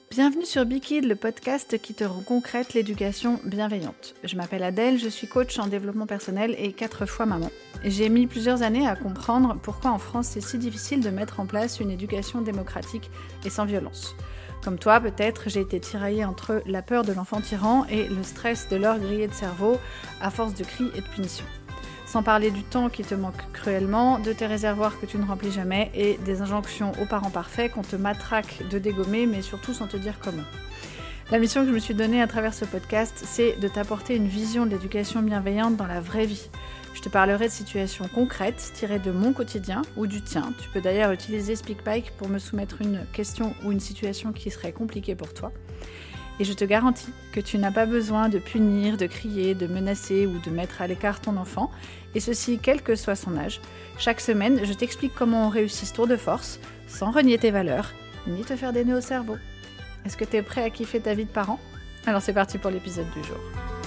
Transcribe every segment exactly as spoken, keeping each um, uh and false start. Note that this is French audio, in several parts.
Bienvenue sur Bikid, le podcast qui te rend concrète l'éducation bienveillante. Je m'appelle Adèle, je suis coach en développement personnel et quatre fois maman. J'ai mis plusieurs années à comprendre pourquoi en France c'est si difficile de mettre en place une éducation démocratique et sans violence. Comme toi, peut-être, j'ai été tiraillée entre la peur de l'enfant tyran et le stress de l'heure grillée de cerveau à force de cris et de punitions. Sans parler du temps qui te manque cruellement, de tes réservoirs que tu ne remplis jamais et des injonctions aux parents parfaits qu'on te matraque de dégommer, mais surtout sans te dire comment. La mission que je me suis donnée à travers ce podcast, c'est de t'apporter une vision de l'éducation bienveillante dans la vraie vie. Je te parlerai de situations concrètes tirées de mon quotidien ou du tien. Tu peux d'ailleurs utiliser SpeakPipe pour me soumettre une question ou une situation qui serait compliquée pour toi. Et je te garantis que tu n'as pas besoin de punir, de crier, de menacer ou de mettre à l'écart ton enfant, et ceci quel que soit son âge. Chaque semaine, je t'explique comment on réussit ce tour de force, sans renier tes valeurs, ni te faire des nœuds au cerveau. Est-ce que tu es prêt à kiffer ta vie de parent ? Alors c'est parti pour l'épisode du jour.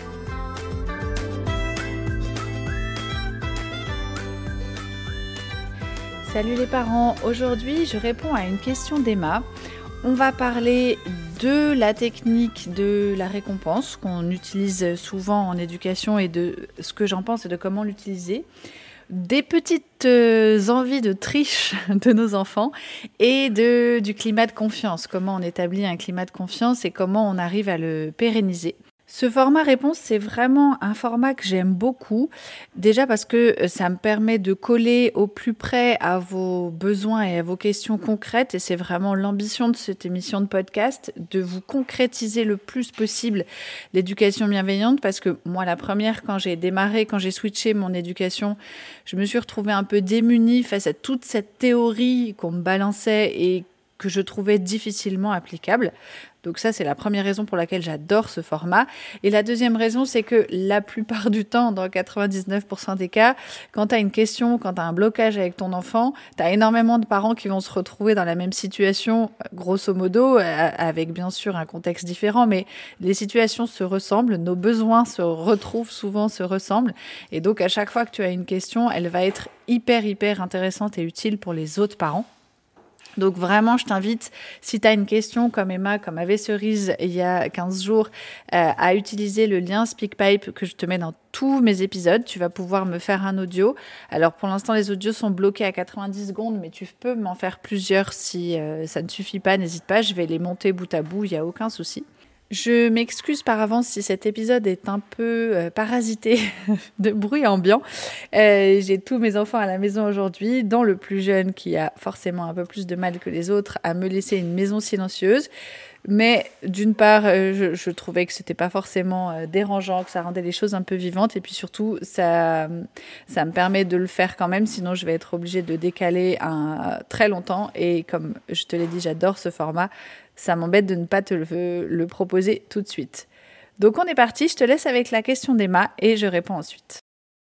Salut les parents, aujourd'hui je réponds à une question d'Emma. On va parler de la technique de la récompense qu'on utilise souvent en éducation et de ce que j'en pense et de comment l'utiliser, des petites envies de triche de nos enfants et de, du climat de confiance, comment on établit un climat de confiance et comment on arrive à le pérenniser. Ce format réponse, c'est vraiment un format que j'aime beaucoup, déjà parce que ça me permet de coller au plus près à vos besoins et à vos questions concrètes, et c'est vraiment l'ambition de cette émission de podcast, de vous concrétiser le plus possible l'éducation bienveillante, parce que moi, la première, quand j'ai démarré, quand j'ai switché mon éducation, je me suis retrouvée un peu démunie face à toute cette théorie qu'on me balançait et que je trouvais difficilement applicable. Donc ça, c'est la première raison pour laquelle j'adore ce format. Et la deuxième raison, c'est que la plupart du temps, dans quatre-vingt-dix-neuf pour cent des cas, quand tu as une question, quand tu as un blocage avec ton enfant, tu as énormément de parents qui vont se retrouver dans la même situation, grosso modo, avec bien sûr un contexte différent, mais les situations se ressemblent, nos besoins se retrouvent souvent, se ressemblent. Et donc, à chaque fois que tu as une question, elle va être hyper, hyper intéressante et utile pour les autres parents. Donc vraiment, je t'invite, si tu as une question comme Emma, comme avait Cerise il y a quinze jours, euh, à utiliser le lien SpeakPipe que je te mets dans tous mes épisodes. Tu vas pouvoir me faire un audio. Alors pour l'instant, les audios sont bloqués à quatre-vingt-dix secondes, mais tu peux m'en faire plusieurs si euh, ça ne suffit pas. N'hésite pas, je vais les monter bout à bout, il n'y a aucun souci. Je m'excuse par avance si cet épisode est un peu euh, parasité de bruit ambiant. Euh, j'ai tous mes enfants à la maison aujourd'hui, dont le plus jeune qui a forcément un peu plus de mal que les autres à me laisser une maison silencieuse. Mais d'une part, euh, je, je trouvais que c'était pas forcément euh, dérangeant, que ça rendait les choses un peu vivantes. Et puis surtout, ça, ça me permet de le faire quand même. Sinon, je vais être obligée de décaler un, très longtemps. Et comme je te l'ai dit, j'adore ce format. Ça m'embête de ne pas te le, le proposer tout de suite. Donc on est parti, je te laisse avec la question d'Emma et je réponds ensuite.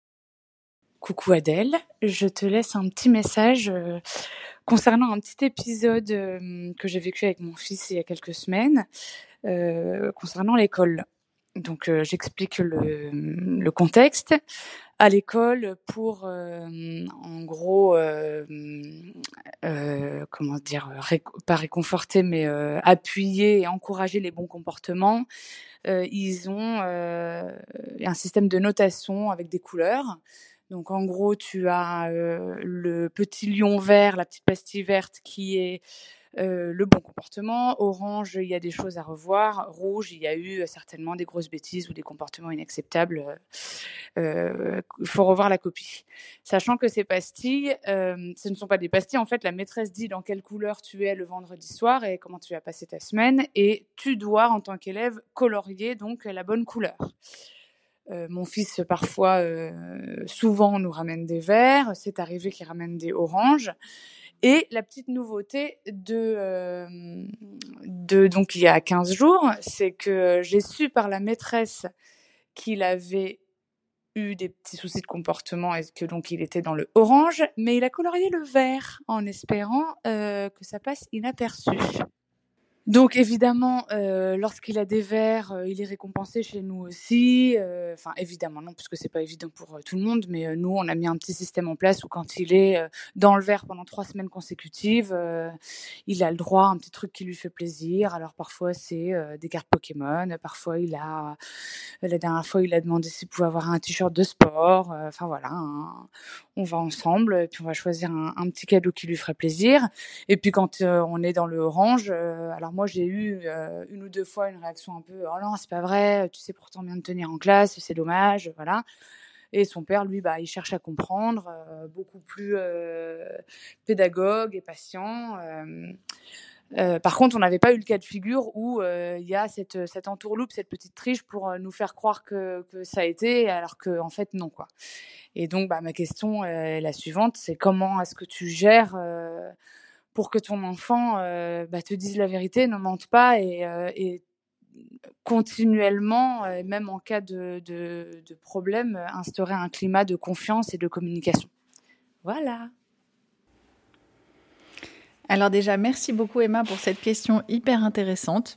Coucou Adèle, je te laisse un petit message euh, concernant un petit épisode euh, que j'ai vécu avec mon fils il y a quelques semaines, euh, concernant l'école. Donc euh, j'explique le, le contexte. À l'école, pour euh, en gros, euh, euh, comment dire, ré- pas réconforter, mais euh, appuyer et encourager les bons comportements, euh, ils ont euh, un système de notation avec des couleurs. Donc en gros, tu as euh, le petit lion vert, la petite pastille verte qui est euh, le bon comportement. Orange, il y a des choses à revoir. Rouge, il y a eu certainement des grosses bêtises ou des comportements inacceptables. Il euh, faut revoir la copie. Sachant que ces pastilles, euh, ce ne sont pas des pastilles. En fait, la maîtresse dit dans quelle couleur tu es le vendredi soir et comment tu vas passer ta semaine. Et tu dois, en tant qu'élève, colorier donc la bonne couleur. Euh, mon fils, parfois, euh, souvent, nous ramène des verts. C'est arrivé qu'il ramène des oranges. Et la petite nouveauté de, euh, de donc il y a quinze jours, c'est que j'ai su par la maîtresse qu'il avait eu des petits soucis de comportement et que donc il était dans le orange, mais il a colorié le vert en espérant euh, que ça passe inaperçu. Donc évidemment, heu, lorsqu'il a des verres, heu, il est récompensé chez nous aussi, heu, enfin évidemment non, puisque c'est pas évident pour, heu, tout le monde, mais, heu, nous on a mis un petit système en place où quand il est, heu, dans le vert pendant trois semaines consécutives, heu, il a le droit à un petit truc qui lui fait plaisir. Alors parfois c'est, heu, des cartes Pokémon, parfois il a la dernière fois il a demandé s'il pouvait avoir un t-shirt de sport, heu, enfin voilà, hein, on va ensemble et puis on va choisir un un petit cadeau qui lui ferait plaisir et puis quand, heu, on est dans le orange, heu, alors moi j'ai eu, heu, une ou deux fois une réaction un peu: «Oh non, c'est pas vrai, tu sais pourtant bien te tenir en classe, c'est dommage», voilà et son père lui, bah, il cherche à comprendre, heu, beaucoup plus, heu, pédagogue et patient, hem, heu, par contre, on n'avait pas eu le cas de figure où, heu, il y a cette, cette entourloupe, cette petite triche pour, heu, nous faire croire que que ça a été alors qu'en fait non, quoi et donc bah, ma question est la suivante, c'est comment est-ce que tu gères, heu, pour que ton enfant, heu, bah, te dise la vérité, ne mente pas et heu et continuellement, heu, même en cas de de de problème, heu, instaurer un climat de confiance et de communication? Voilà. Alors déjà, merci beaucoup Emma pour cette question hyper intéressante.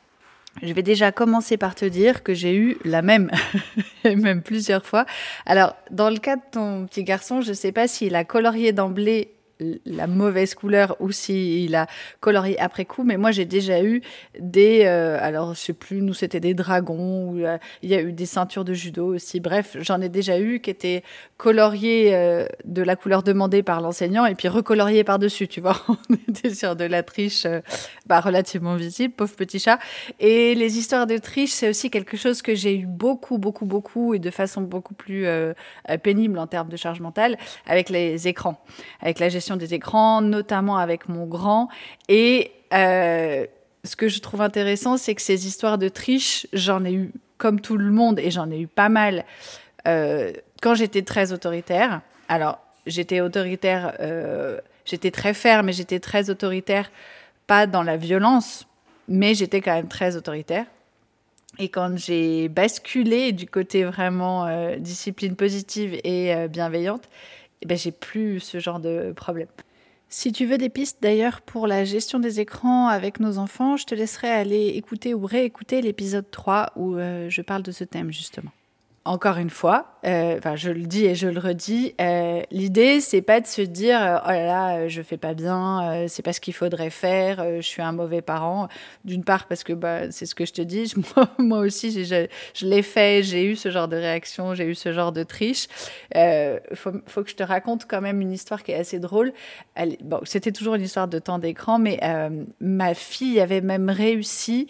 Je vais déjà commencer par te dire que j'ai eu la même, et même plusieurs fois. Alors, dans le cas de ton petit garçon, je ne sais pas s'il a colorié d'emblée la mauvaise couleur ou s'il a colorié après coup, mais moi j'ai déjà eu des, euh, alors je sais plus, nous c'était des dragons, ou euh, il y a eu des ceintures de judo aussi, bref, j'en ai déjà eu qui étaient coloriées euh, de la couleur demandée par l'enseignant et puis recoloriées par-dessus, tu vois, on était sur de la triche euh, bah, relativement visible, pauvre petit chat. Et les histoires de triche, c'est aussi quelque chose que j'ai eu beaucoup, beaucoup, beaucoup et de façon beaucoup plus euh, pénible en termes de charge mentale avec les écrans, avec la gestion des écrans, notamment avec mon grand. Et euh, ce que je trouve intéressant, c'est que ces histoires de triche, j'en ai eu comme tout le monde et j'en ai eu pas mal euh, quand j'étais très autoritaire. Alors, j'étais autoritaire, euh, j'étais très ferme et j'étais très autoritaire, pas dans la violence, mais j'étais quand même très autoritaire. Et quand j'ai basculé du côté vraiment euh, discipline positive et euh, bienveillante, eh ben, j'ai plus ce genre de problème. Si tu veux des pistes d'ailleurs pour la gestion des écrans avec nos enfants, je te laisserai aller écouter ou réécouter l'épisode trois où euh, je parle de ce thème justement. Encore une fois, euh, enfin, je le dis et je le redis, euh, l'idée, c'est pas de se dire euh, oh là là, je fais pas bien, euh, c'est pas ce qu'il faudrait faire, euh, je suis un mauvais parent. D'une part, parce que bah, c'est ce que je te dis, moi, moi aussi, j'ai, je, je l'ai fait, j'ai eu ce genre de réaction, j'ai eu ce genre de triche. Il euh, faut, faut que je te raconte quand même une histoire qui est assez drôle. Elle, bon, c'était toujours une histoire de temps d'écran, mais euh, ma fille avait même réussi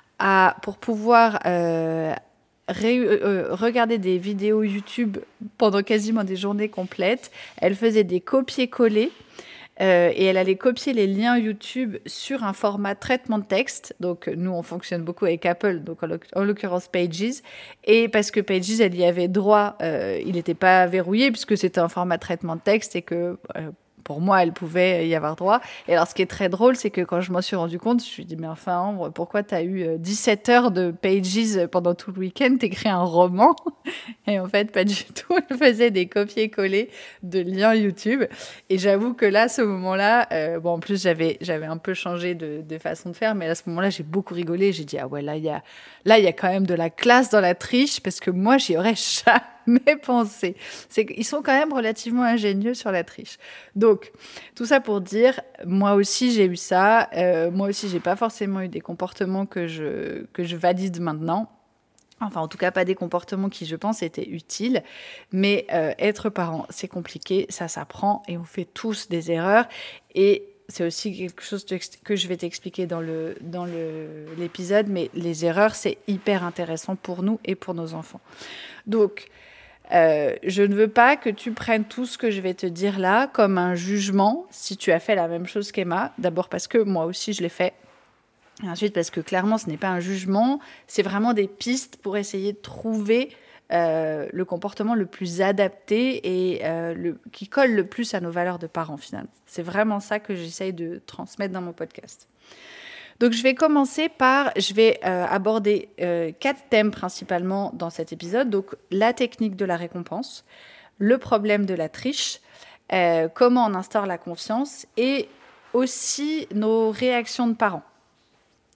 à, pour pouvoir. Euh, Ré- euh, regarder des vidéos YouTube pendant quasiment des journées complètes. Elle faisait des copier-coller euh, et elle allait copier les liens YouTube sur un format traitement de texte. Donc, nous, on fonctionne beaucoup avec Apple, donc en, l'oc- en l'occurrence Pages. Et parce que Pages, elle y avait droit, euh, il n'était pas verrouillé puisque c'était un format traitement de texte et que euh, pour moi, elle pouvait y avoir droit. Et alors, ce qui est très drôle, c'est que quand je m'en suis rendu compte, je me suis dit, mais enfin, Ambre, pourquoi tu as eu dix-sept heures de Pages pendant tout le week-end? T'écris un roman? Et en fait, pas du tout. Elle faisait des copier-coller de liens YouTube. Et j'avoue que là, à ce moment-là, euh, bon, en plus, j'avais, j'avais un peu changé de, de façon de faire, mais à ce moment-là, j'ai beaucoup rigolé. J'ai dit, ah ouais, là, il y a, là, il y a quand même de la classe dans la triche, parce que moi, j'y aurais jamais pensé. C'est qu'ils sont quand même relativement ingénieux sur la triche. Donc, tout ça pour dire, moi aussi, j'ai eu ça. Euh, moi aussi, j'ai pas forcément eu des comportements que je, que je valide maintenant. Enfin, en tout cas, pas des comportements qui, je pense, étaient utiles. Mais euh, être parent, c'est compliqué, ça s'apprend et on fait tous des erreurs. Et c'est aussi quelque chose que je vais t'expliquer dans, le, dans le, l'épisode, mais les erreurs, c'est hyper intéressant pour nous et pour nos enfants. Donc, euh, je ne veux pas que tu prennes tout ce que je vais te dire là comme un jugement si tu as fait la même chose qu'Emma. D'abord parce que moi aussi, je l'ai fait. Et ensuite, parce que clairement, ce n'est pas un jugement, c'est vraiment des pistes pour essayer de trouver euh, le comportement le plus adapté et euh, le, qui colle le plus à nos valeurs de parents, finalement. C'est vraiment ça que j'essaye de transmettre dans mon podcast. Donc, je vais commencer par, je vais euh, aborder euh, quatre thèmes principalement dans cet épisode. Donc, la technique de la récompense, le problème de la triche, euh, comment on instaure la confiance et aussi nos réactions de parents.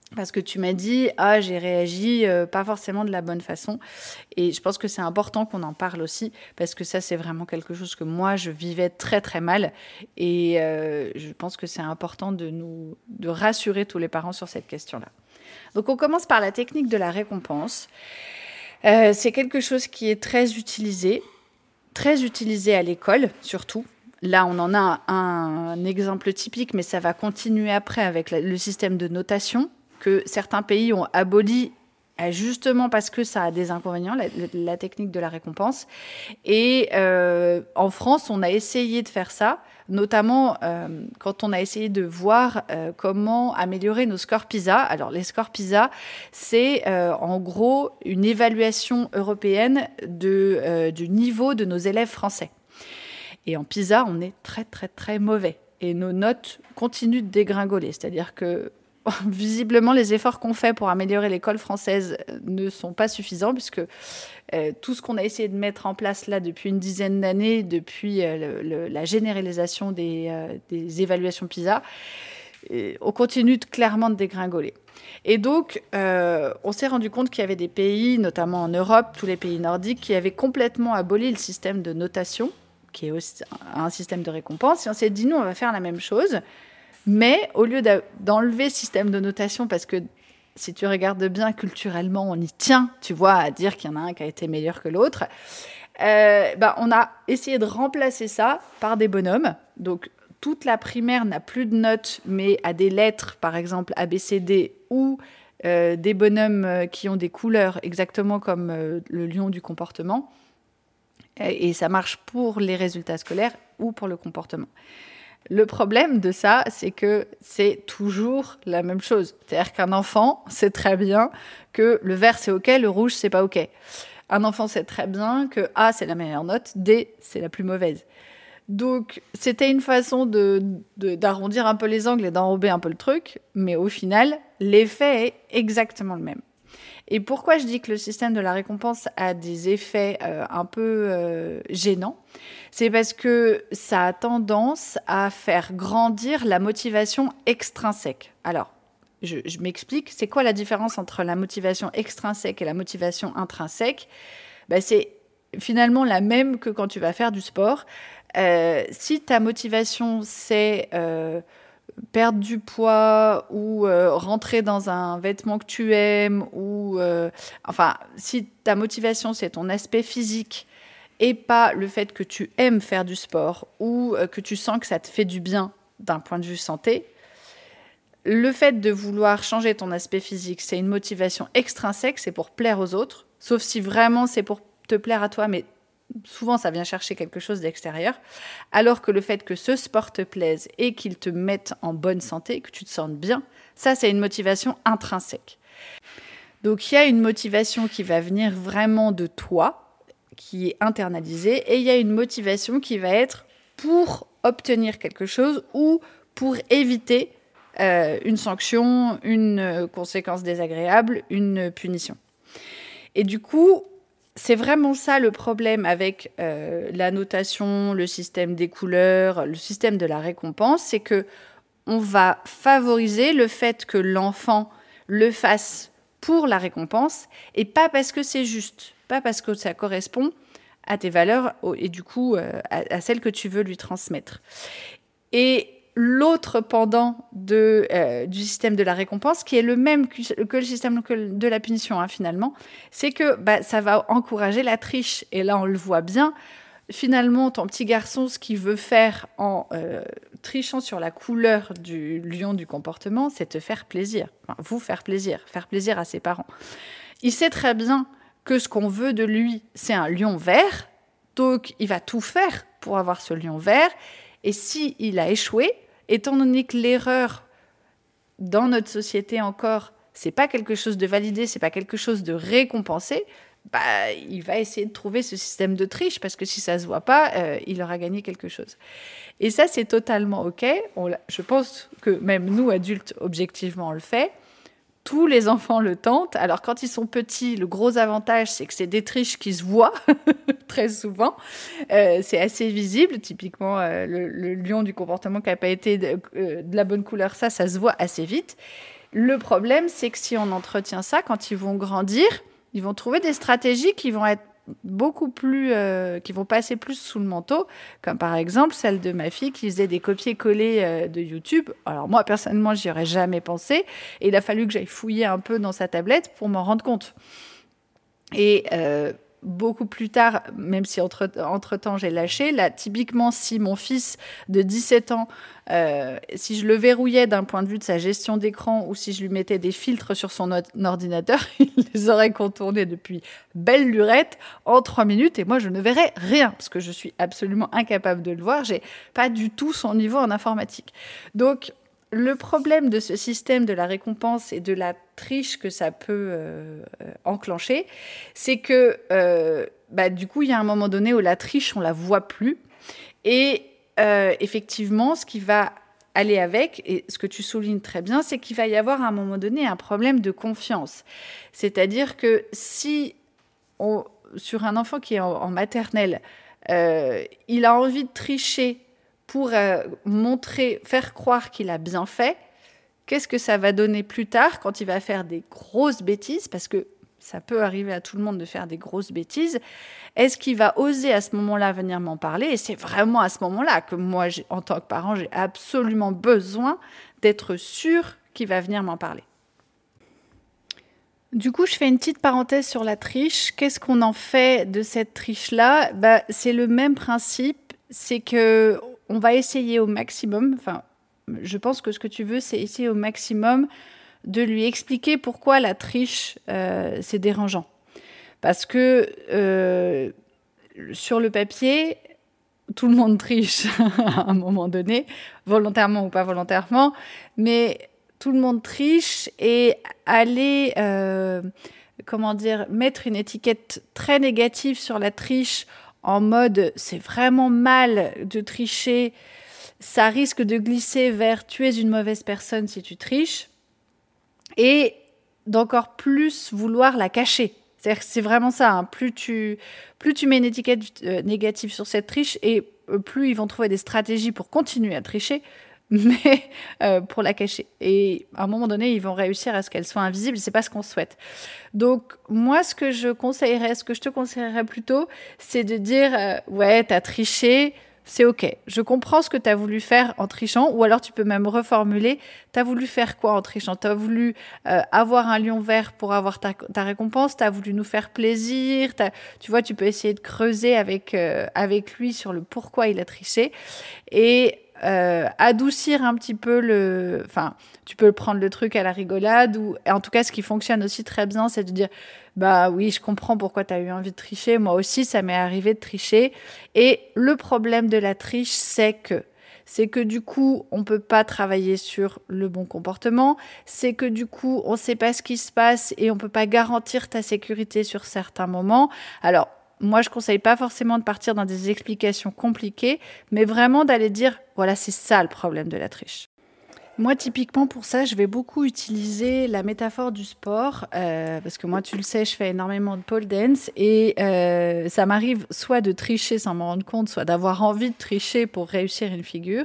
Parce que tu m'as dit, ah, j'ai réagi euh, pas forcément de la bonne façon. Et je pense que c'est important qu'on en parle aussi, parce que ça, c'est vraiment quelque chose que moi, je vivais très, très mal. Et euh, je pense que c'est important de nous, de rassurer tous les parents sur cette question-là. Donc, on commence par la technique de la récompense. Euh, c'est quelque chose qui est très utilisé, très utilisé à l'école, surtout. Là, on en a un, un exemple typique, mais ça va continuer après avec la, le système de notation que certains pays ont aboli justement parce que ça a des inconvénients, la, la technique de la récompense. Et euh, en France, on a essayé de faire ça, notamment euh, quand on a essayé de voir euh, comment améliorer nos scores PISA. Alors, les scores PISA, c'est euh, en gros une évaluation européenne de, euh, du niveau de nos élèves français. Et en PISA, on est très, très, très mauvais. Et nos notes continuent de dégringoler. C'est-à-dire que visiblement, les efforts qu'on fait pour améliorer l'école française ne sont pas suffisants, puisque euh, tout ce qu'on a essayé de mettre en place là depuis une dizaine d'années, depuis euh, le, le, la généralisation des, euh, des évaluations PISA, euh, on continue de, clairement de dégringoler. Et donc, euh, on s'est rendu compte qu'il y avait des pays, notamment en Europe, tous les pays nordiques, qui avaient complètement aboli le système de notation, qui est aussi un système de récompense. Et on s'est dit, nous, on va faire la même chose. Mais au lieu d'enlever le système de notation, parce que si tu regardes bien culturellement, on y tient, tu vois, à dire qu'il y en a un qui a été meilleur que l'autre, euh, bah, on a essayé de remplacer ça par des bonhommes. Donc, toute la primaire n'a plus de notes, mais a des lettres, par exemple A B C D, ou euh, des bonhommes qui ont des couleurs, exactement comme euh, le lion du comportement. Et ça marche pour les résultats scolaires ou pour le comportement. Le problème de ça, c'est que c'est toujours la même chose. C'est-à-dire qu'un enfant sait très bien que le vert, c'est OK, le rouge, c'est pas OK. Un enfant sait très bien que A, c'est la meilleure note, D, c'est la plus mauvaise. Donc, c'était une façon de, de, d'arrondir un peu les angles et d'enrober un peu le truc, mais au final, l'effet est exactement le même. Et pourquoi je dis que le système de la récompense a des effets euh, un peu euh, gênants ? C'est parce que ça a tendance à faire grandir la motivation extrinsèque. Alors, je, je m'explique. C'est quoi la différence entre la motivation extrinsèque et la motivation intrinsèque ? Ben, c'est finalement la même que quand tu vas faire du sport. Euh, si ta motivation, c'est... Euh, perdre du poids ou euh, rentrer dans un vêtement que tu aimes ou euh, enfin si ta motivation c'est ton aspect physique et pas le fait que tu aimes faire du sport ou euh, que tu sens que ça te fait du bien d'un point de vue santé, le fait de vouloir changer ton aspect physique, c'est une motivation extrinsèque, c'est pour plaire aux autres, sauf si vraiment c'est pour te plaire à toi, mais souvent, ça vient chercher quelque chose d'extérieur, alors que le fait que ce sport te plaise et qu'il te mette en bonne santé, que tu te sentes bien, ça, c'est une motivation intrinsèque. Donc, il y a une motivation qui va venir vraiment de toi, qui est internalisée, et il y a une motivation qui va être pour obtenir quelque chose ou pour éviter euh, une sanction, une conséquence désagréable, une punition. Et du coup, c'est vraiment ça le problème avec euh, la notation, le système des couleurs, le système de la récompense, c'est que on va favoriser le fait que l'enfant le fasse pour la récompense et pas parce que c'est juste, pas parce que ça correspond à tes valeurs et du coup euh, à, à celles que tu veux lui transmettre. Et l'autre pendant de, euh, du système de la récompense, qui est le même que, que le système de la punition, hein, finalement, c'est que bah, ça va encourager la triche. Et là, on le voit bien. Finalement, ton petit garçon, ce qu'il veut faire en euh, trichant sur la couleur du lion du comportement, c'est te faire plaisir. Enfin, vous faire plaisir, faire plaisir à ses parents. Il sait très bien que ce qu'on veut de lui, c'est un lion vert. Donc, il va tout faire pour avoir ce lion vert. Et s'il a échoué, étant donné que l'erreur dans notre société encore, c'est pas quelque chose de validé, c'est pas quelque chose de récompensé, bah, il va essayer de trouver ce système de triche parce que si ça se voit pas, euh, il aura gagné quelque chose. Et ça, c'est totalement OK. On, je pense que même nous, adultes, objectivement, on le fait. Tous les enfants le tentent. Alors, quand ils sont petits, le gros avantage, c'est que c'est des triches qui se voient très souvent. Euh, c'est assez visible. Typiquement, euh, le, le lion du comportement qui n'a pas été de, euh, de la bonne couleur, ça, ça se voit assez vite. Le problème, c'est que si on entretient ça, quand ils vont grandir, ils vont trouver des stratégies qui vont être beaucoup plus, euh, qui vont passer plus sous le manteau, comme par exemple celle de ma fille qui faisait des copier-coller euh, de YouTube. Alors moi, personnellement, j'y aurais jamais pensé. Et il a fallu que j'aille fouiller un peu dans sa tablette pour m'en rendre compte. Et euh, beaucoup plus tard, même si entre, entre-temps j'ai lâché, là, typiquement, si mon fils de dix-sept ans, euh, si je le verrouillais d'un point de vue de sa gestion d'écran ou si je lui mettais des filtres sur son ordinateur, il les aurait contournés depuis belle lurette en trois minutes et moi, je ne verrais rien parce que je suis absolument incapable de le voir. Je n'ai pas du tout son niveau en informatique. Donc, le problème de ce système de la récompense et de la triche que ça peut euh, enclencher, c'est que euh, bah, du coup, il y a un moment donné où la triche, on ne la voit plus. Et euh, effectivement, ce qui va aller avec, et ce que tu soulignes très bien, c'est qu'il va y avoir à un moment donné un problème de confiance. C'est-à-dire que si, on, sur un enfant qui est en, en maternelle, euh, il a envie de tricher pour euh, montrer, faire croire qu'il a bien fait, qu'est-ce que ça va donner plus tard quand il va faire des grosses bêtises, parce que ça peut arriver à tout le monde de faire des grosses bêtises. Est-ce qu'il va oser à ce moment-là venir m'en parler ? Et c'est vraiment à ce moment-là que moi, en tant que parent, j'ai absolument besoin d'être sûre qu'il va venir m'en parler. Du coup, je fais une petite parenthèse sur la triche. Qu'est-ce qu'on en fait de cette triche-là ? Bah, c'est le même principe, c'est que on va essayer au maximum, enfin, je pense que ce que tu veux, c'est essayer au maximum de lui expliquer pourquoi la triche, euh, c'est dérangeant. Parce que euh, sur le papier, tout le monde triche à un moment donné, volontairement ou pas volontairement, mais tout le monde triche et aller, euh, comment dire, mettre une étiquette très négative sur la triche en mode « c'est vraiment mal de tricher », ça risque de glisser vers « tu es une mauvaise personne si tu triches » et d'encore plus vouloir la cacher. C'est-à-dire que c'est vraiment ça, hein. plus, tu, plus tu mets une étiquette euh, négative sur cette triche et euh, plus ils vont trouver des stratégies pour continuer à tricher, mais euh, pour la cacher. Et à un moment donné, ils vont réussir à ce qu'elle soit invisible. C'est pas ce qu'on souhaite. Donc, moi, ce que je conseillerais, ce que je te conseillerais plutôt, c'est de dire euh, « ouais, t'as triché, c'est OK. Je comprends ce que t'as voulu faire en trichant. » Ou alors, tu peux même reformuler « t'as voulu faire quoi en trichant ? T'as voulu euh, avoir un lion vert pour avoir ta, ta récompense ? T'as voulu nous faire plaisir ? T'as... » Tu vois, tu peux essayer de creuser avec, euh, avec lui sur le pourquoi il a triché. Et... Euh, adoucir un petit peu le... Enfin, tu peux prendre le truc à la rigolade ou... En tout cas, ce qui fonctionne aussi très bien, c'est de dire « Bah oui, je comprends pourquoi tu as eu envie de tricher. Moi aussi, ça m'est arrivé de tricher. » Et le problème de la triche, c'est que c'est que du coup, on ne peut pas travailler sur le bon comportement. C'est que du coup, on ne sait pas ce qui se passe et on ne peut pas garantir ta sécurité sur certains moments. Alors, moi, je ne conseille pas forcément de partir dans des explications compliquées, mais vraiment d'aller dire, voilà, c'est ça le problème de la triche. Moi, typiquement, pour ça, je vais beaucoup utiliser la métaphore du sport, euh, parce que moi, tu le sais, je fais énormément de pole dance, et euh, ça m'arrive soit de tricher sans m'en rendre compte, soit d'avoir envie de tricher pour réussir une figure.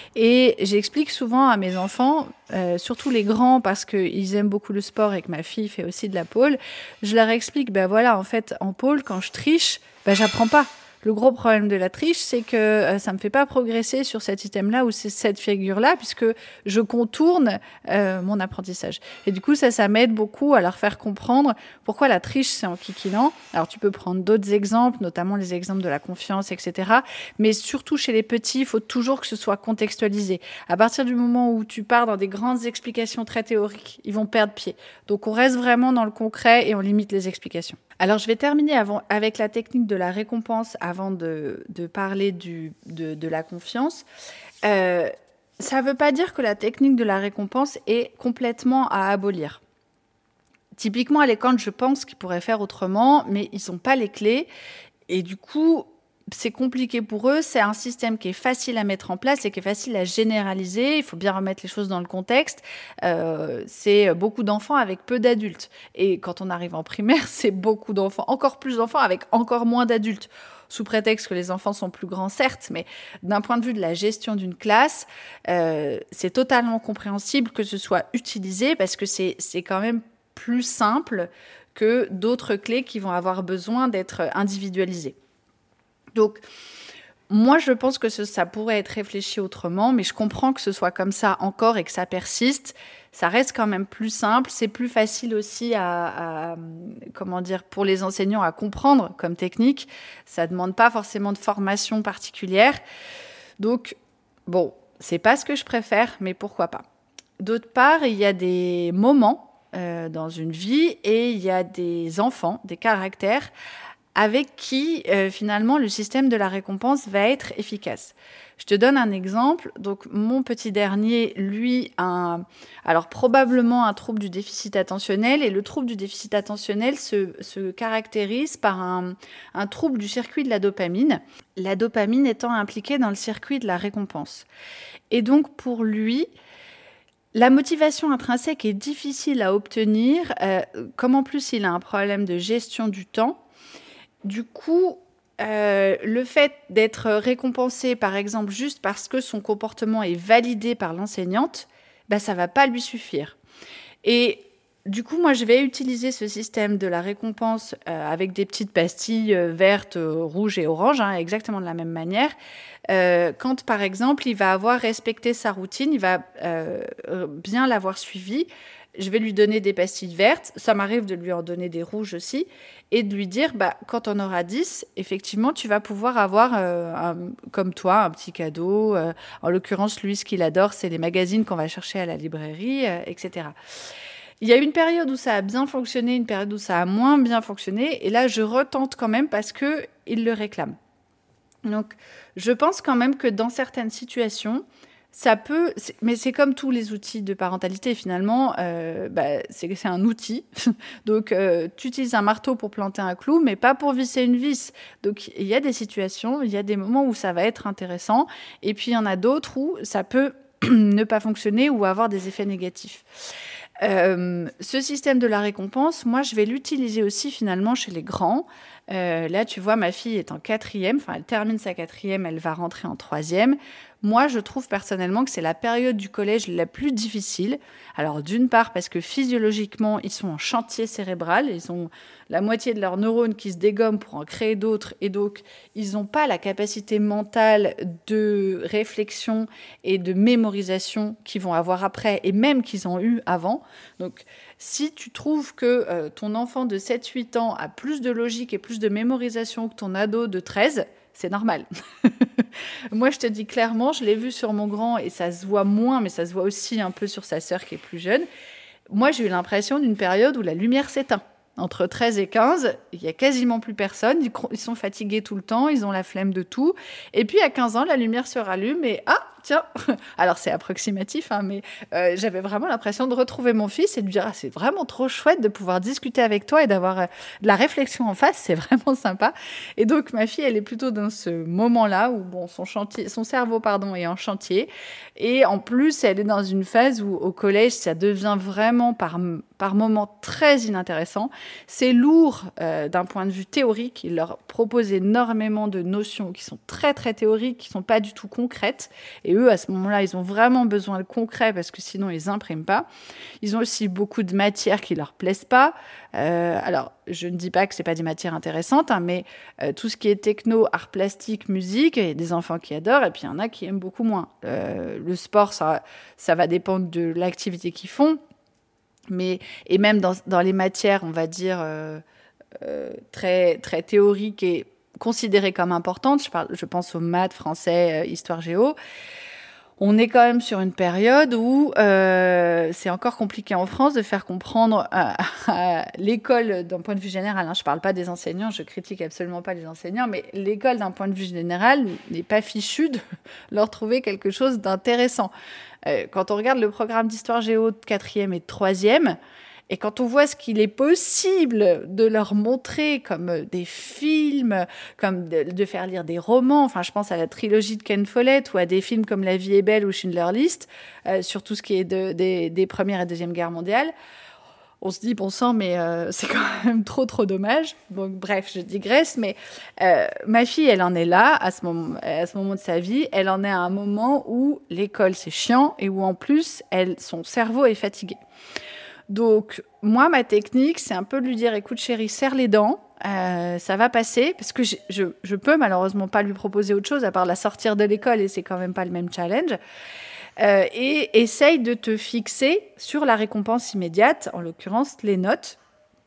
Et j'explique souvent à mes enfants, euh, surtout les grands, parce qu'ils aiment beaucoup le sport et que ma fille fait aussi de la pole, je leur explique, ben voilà, en fait, en pole, quand je triche, ben j'apprends pas. Le gros problème de la triche, c'est que euh, ça ne me fait pas progresser sur cet item-là ou cette figure-là, puisque je contourne euh, mon apprentissage. Et du coup, ça, ça m'aide beaucoup à leur faire comprendre pourquoi la triche, c'est en kikinant. Alors, tu peux prendre d'autres exemples, notamment les exemples de la confiance, et cetera. Mais surtout, chez les petits, il faut toujours que ce soit contextualisé. À partir du moment où tu pars dans des grandes explications très théoriques, ils vont perdre pied. Donc, on reste vraiment dans le concret et on limite les explications. Alors, je vais terminer avant, avec la technique de la récompense avant de, de parler du, de, de la confiance. Euh, ça ne veut pas dire que la technique de la récompense est complètement à abolir. Typiquement, à l'école, je pense qu'ils pourraient faire autrement, mais ils n'ont pas les clés. Et du coup, c'est compliqué pour eux. C'est un système qui est facile à mettre en place et qui est facile à généraliser. Il faut bien remettre les choses dans le contexte. Euh, c'est beaucoup d'enfants avec peu d'adultes. Et quand on arrive en primaire, c'est beaucoup d'enfants, encore plus d'enfants avec encore moins d'adultes. sous prétexte que les enfants sont plus grands, certes, mais d'un point de vue de la gestion d'une classe, euh, c'est totalement compréhensible que ce soit utilisé parce que c'est, c'est quand même plus simple que d'autres clés qui vont avoir besoin d'être individualisées. Donc, moi, je pense que ce, ça pourrait être réfléchi autrement, mais je comprends que ce soit comme ça encore et que ça persiste. Ça reste quand même plus simple. C'est plus facile aussi à, à comment dire, pour les enseignants à comprendre comme technique. Ça ne demande pas forcément de formation particulière. Donc, bon, c'est pas ce que je préfère, mais pourquoi pas. D'autre part, il y a des moments euh, dans une vie et il y a des enfants, des caractères avec qui, euh, finalement, le système de la récompense va être efficace. Je te donne un exemple. Donc, mon petit dernier, lui, a un, alors probablement un trouble du déficit attentionnel. Et le trouble du déficit attentionnel se, se caractérise par un, un trouble du circuit de la dopamine, la dopamine étant impliquée dans le circuit de la récompense. Et donc, pour lui, la motivation intrinsèque est difficile à obtenir, euh, comme en plus il a un problème de gestion du temps. Du coup, euh, le fait d'être récompensé, par exemple, juste parce que son comportement est validé par l'enseignante, bah, ça ne va pas lui suffire. Et du coup, moi, je vais utiliser ce système de la récompense euh, avec des petites pastilles euh, vertes, euh, rouges et oranges, hein, exactement de la même manière. Euh, quand, par exemple, il va avoir respecté sa routine, il va euh, bien l'avoir suivie, je vais lui donner des pastilles vertes, ça m'arrive de lui en donner des rouges aussi, et de lui dire, bah, quand on aura dix, effectivement, tu vas pouvoir avoir, euh, un, comme toi, un petit cadeau. Euh, en l'occurrence, lui, ce qu'il adore, c'est les magazines qu'on va chercher à la librairie, euh, et cetera. Il y a une période où ça a bien fonctionné, une période où ça a moins bien fonctionné, et là, je retente quand même parce qu'il le réclame. Donc, je pense quand même que dans certaines situations, ça peut, c'est, mais c'est comme tous les outils de parentalité finalement, euh, bah, c'est, c'est un outil. Donc euh, tu utilises un marteau pour planter un clou, mais pas pour visser une vis. Donc il y a des situations, il y a des moments où ça va être intéressant, et puis il y en a d'autres où ça peut ne pas fonctionner ou avoir des effets négatifs. Euh, ce système de la récompense, moi je vais l'utiliser aussi finalement chez les grands. Euh, là, tu vois, ma fille est en quatrième, enfin, elle termine sa quatrième, elle va rentrer en troisième. Moi, je trouve personnellement que c'est la période du collège la plus difficile. Alors, d'une part, parce que physiologiquement, ils sont en chantier cérébral, ils ont la moitié de leurs neurones qui se dégomment pour en créer d'autres, et donc, ils n'ont pas la capacité mentale de réflexion et de mémorisation qu'ils vont avoir après, et même qu'ils ont eu avant. Donc, si tu trouves que euh, ton enfant de sept huit ans a plus de logique et plus de mémorisation que ton ado de treize, c'est normal. Moi, je te dis clairement, je l'ai vu sur mon grand et ça se voit moins, mais ça se voit aussi un peu sur sa sœur qui est plus jeune. Moi, j'ai eu l'impression d'une période où la lumière s'éteint. Entre treize et quinze, il n'y a quasiment plus personne. Ils sont fatigués tout le temps, ils ont la flemme de tout. Et puis, à quinze ans, la lumière se rallume et ah, tiens, alors c'est approximatif, hein, mais euh, j'avais vraiment l'impression de retrouver mon fils et de lui dire, ah, c'est vraiment trop chouette de pouvoir discuter avec toi et d'avoir euh, de la réflexion en face, c'est vraiment sympa. Et donc, ma fille, elle est plutôt dans ce moment-là où bon, son, chantier, son cerveau pardon, est en chantier. Et en plus, elle est dans une phase où, au collège, ça devient vraiment par, par moments très inintéressant. C'est lourd euh, d'un point de vue théorique. Il leur propose énormément de notions qui sont très, très théoriques, qui ne sont pas du tout concrètes. Et eux, à ce moment-là, ils ont vraiment besoin de concret parce que sinon, ils n'impriment pas. Ils ont aussi beaucoup de matières qui ne leur plaisent pas. Euh, alors, je ne dis pas que ce n'est pas des matières intéressantes, hein, mais euh, tout ce qui est techno, art plastique, musique, il y a des enfants qui adorent et puis il y en a qui aiment beaucoup moins. Euh, le sport, ça, ça va dépendre de l'activité qu'ils font. Mais, et même dans, dans les matières, on va dire, euh, euh, très, très théoriques et considérées comme importantes, je, parle, je pense aux maths, français, euh, histoire, géo, on est quand même sur une période où euh, c'est encore compliqué en France de faire comprendre à, à l'école d'un point de vue général. Hein, je ne parle pas des enseignants, je critique absolument pas les enseignants, mais l'école d'un point de vue général n'est pas fichue de leur trouver quelque chose d'intéressant. Euh, quand on regarde le programme d'histoire géo de quatrième et de troisième, et quand on voit ce qu'il est possible de leur montrer comme des films, comme de, de faire lire des romans, enfin je pense à la trilogie de Ken Follett ou à des films comme La vie est belle ou Schindler's List, euh, sur tout ce qui est de, des, des Première et Deuxième Guerre mondiale, On se dit, bon sang, mais euh, c'est quand même trop, trop dommage. Donc, bref, je digresse, mais euh, ma fille, elle en est là, à ce, moment, à ce moment de sa vie. Elle en est à un moment où l'école, c'est chiant et où, en plus, elle, son cerveau est fatigué. Donc, moi, ma technique, c'est un peu de lui dire, écoute, chérie, serre les dents, euh, ça va passer, parce que je, je, je peux malheureusement pas lui proposer autre chose, à part la sortir de l'école, et c'est quand même pas le même challenge. Euh, et essaye de te fixer sur la récompense immédiate, en l'occurrence les notes.